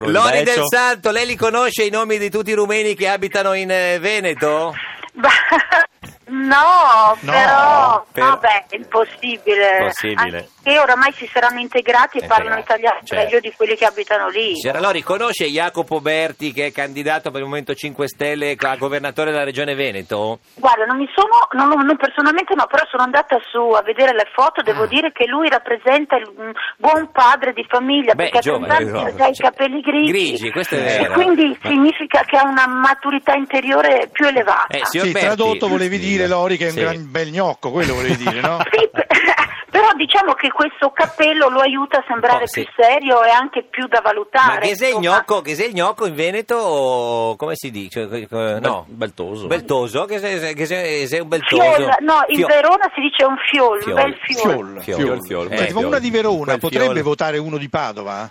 Lori del Santo, lei li conosce i nomi di tutti i rumeni che abitano in Veneto? No, però vabbè, è impossibile. Che oramai si saranno integrati e parlano italiano meglio di quelli che abitano lì. Signora Lori, conosce Jacopo Berti, che è candidato per il Movimento 5 Stelle a governatore della regione Veneto? Guarda, non personalmente no, però sono andata su a vedere le foto, devo dire che lui rappresenta un buon padre di famiglia, perché ha i capelli grigi, questo è vero. E quindi significa che ha una maturità interiore più elevata. Sì, tradotto volevi dire, Lori, che è un gran bel gnocco, quello volevi dire, no? Sì, però diciamo che questo cappello lo aiuta a sembrare più serio e anche più da valutare. Ma che sei il gnocco in Veneto, o come si dice? No, beltoso. Beltoso? Che sei un beltoso? In Verona si dice un fiol, un bel fiol. Ma una di Verona potrebbe votare uno di Padova?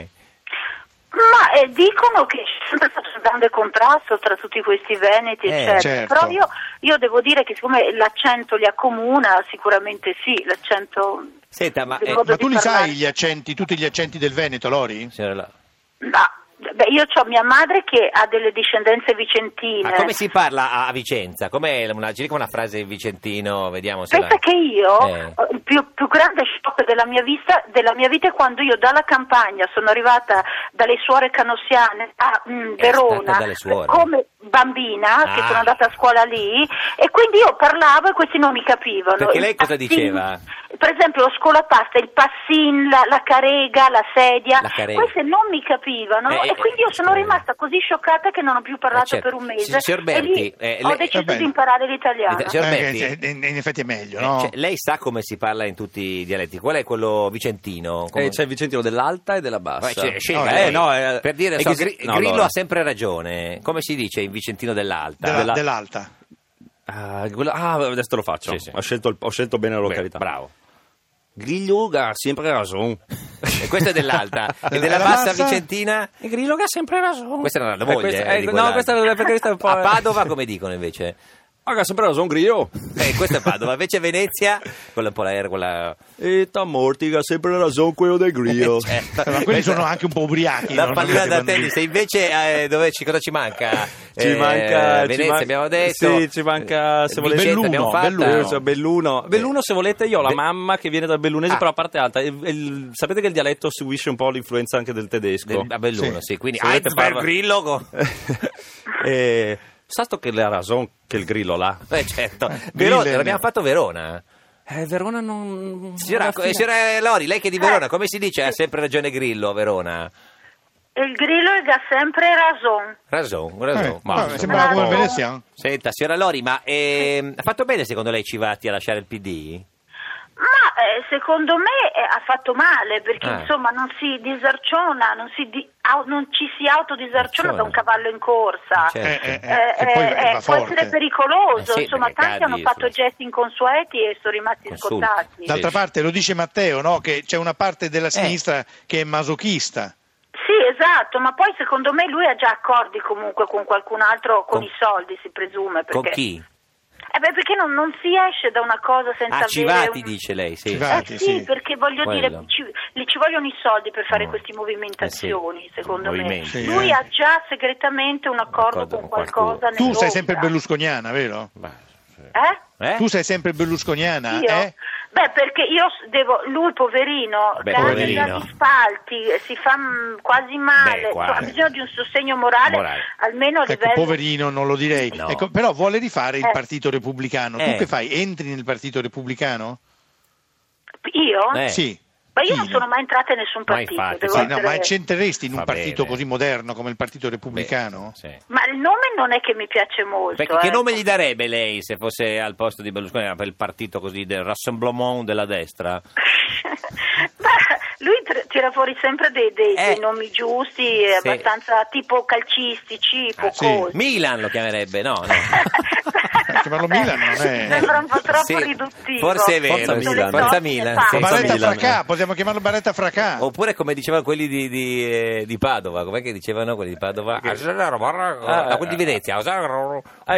Ma dicono che c'è sempre stato un grande contrasto tra tutti questi veneti, eccetera. Certo. Però io devo dire che siccome l'accento li accomuna, sicuramente sì, l'accento... Senta, ma tu li sai tutti gli accenti del Veneto, Lori? Beh, io ho mia madre che ha delle discendenze vicentine. Ma come si parla a Vicenza? Ci dica una frase in vicentino, vediamo se pensa che io, il più grande shock della mia vita è quando io dalla campagna sono arrivata dalle suore canossiane a Verona come bambina, che sono andata a scuola lì, e quindi io parlavo e questi non mi capivano. Perché lei cosa diceva? Per esempio lo scolapasta, il passin, la carega, la sedia, queste non mi capivano e quindi io sono rimasta così scioccata che non ho più parlato per un mese. Signor Berti, ho deciso di imparare l'italiano. Signor Berti, in effetti è meglio, no? Lei sa come si parla in tutti i dialetti? Qual è quello vicentino? C'è il vicentino dell'alta e della bassa. Per dire, Grillo ha sempre ragione. Come si dice in vicentino dell'alta? Dell'alta. Adesso te lo faccio. Sì. Ho scelto bene la località. Bravo. Grillo ha sempre ragione. E questa è dell'alta. E della bassa vicentina? Grillo ha sempre ragione. Questa era la moglie. Questa è un po'. A Padova come dicono invece? Ha sempre ragione Grillo. Questa è Padova. Invece Venezia, quella un po' quella... E Morti ha sempre ragione quello del Grillo. Ma quelli sono anche un po' ubriachi. La pallina da tennis. E invece cosa ci manca? Venezia abbiamo detto. Sì, ci manca, se volete, Belluno. Belluno, se volete, io ho la mamma che viene dal bellunese, però a parte alta. Sapete che il dialetto subisce un po' l'influenza anche del tedesco. A Belluno, sì. Quindi Grillo. Sasto che la ragione che il Grillo l'ha. Certo. Verona, l'abbiamo fatto Verona. Verona non... Signora Lori, lei che è di Verona, come si dice? Ha sempre ragione Grillo a Verona? Il Grillo ha sempre ragione. Sembra come il veneziano. Senta, signora Lori, ma ha fatto bene secondo lei Civati a lasciare il PD? Ma secondo me ha fatto male, perché insomma non si disarciona, non ci si autodisarciona da un cavallo in corsa. Può essere pericoloso, insomma tanti hanno fatto gesti inconsueti e sono rimasti scottati. D'altra parte lo dice Matteo, no? Che c'è una parte della sinistra che è masochista. Sì, esatto, ma poi secondo me lui ha già accordi comunque con qualcun altro con i soldi, si presume. Con chi? Perché non si esce da una cosa senza avere... Civati dice lei, sì. Sì, perché voglio dire, ci vogliono i soldi per fare queste movimentazioni, secondo me. Lui ha già segretamente un accordo con qualcosa. Tu sei sempre berlusconiana, vero? Tu sei sempre berlusconiana? Io? Perché lui poverino, cade dagli spalti, si fa quasi male, ha bisogno di un sostegno morale. Almeno a livello... Poverino non lo direi, no. Però vuole rifare il Partito Repubblicano. Tu che fai? Entri nel Partito Repubblicano? Io? Sì. Ma io non sono mai entrata in nessun partito. Ma c'entreresti in un partito così moderno come il Partito Repubblicano? Ma il nome non è che mi piace molto. Perché che nome gli darebbe lei se fosse al posto di Berlusconi per il partito così del Rassemblement della destra? Lui tira fuori sempre dei nomi giusti, abbastanza tipo calcistici, pocosi. Milan lo chiamerebbe, no? chiamarlo Milan non è... Sembra un po' troppo riduttivo. Forse è vero, Forza Milan. Baretta Fracà, possiamo chiamarlo Baretta Fracà. Oppure come dicevano quelli di Padova, com'è che dicevano quelli di Padova? Quelli di Venezia. No, ma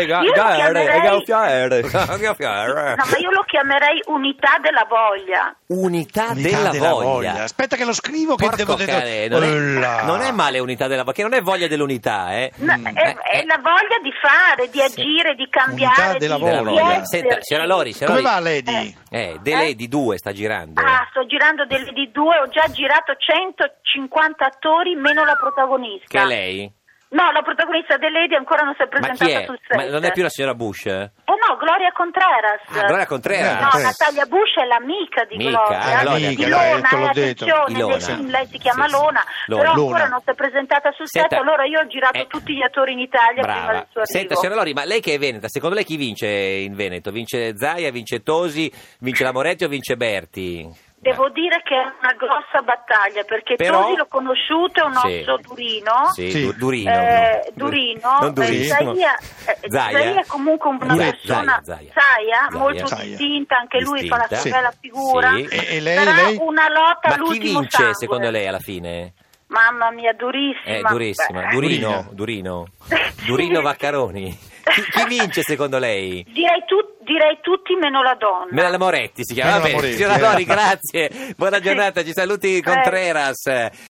io lo chiamerei unità della voglia. Unità della voglia. Aspetta che lo scrivo, che devo dire. Non è male unità della voglia, che non è voglia dell'unità, è la voglia di fare, di agire, di cambiare, unità della voglia. Senta, signora Lori, come va Lady? The Lady 2 sta girando. Sto girando The Lady 2, ho già girato 150 attori meno la protagonista. Che è lei? No, la protagonista The Lady ancora non si è presentata sul set. Ma non è più la signora Bush? No, Gloria Contreras. Gloria Contreras. No, Natalia Bush è l'amica di Gloria. L'amica, Ilona, attenzione, lei si chiama Lona, però ancora non si è presentata sul set, allora io ho girato tutti gli attori in Italia prima del suo arrivo. Senta, signora Lori, ma lei che è veneta, secondo lei chi vince in Veneto? Vince Zaia, vince Tosi, vince la Moretti o vince Berti? Devo dire che è una grossa battaglia, perché Tosi l'ho conosciuto, è un osso durino. Durino. Non durissimo. Zaia è comunque una persona molto distinta, anche lui fa una bella figura. E lei? Una lotta Ma all'ultimo chi vince sangue. Secondo lei alla fine? Mamma mia, durissima. Durissima. Durino Vaccaroni. Chi vince secondo lei? Direi tutti meno la donna. Meno la Moretti si chiama. Va bene, signora Lori, grazie. Buona giornata, ci saluti Contreras.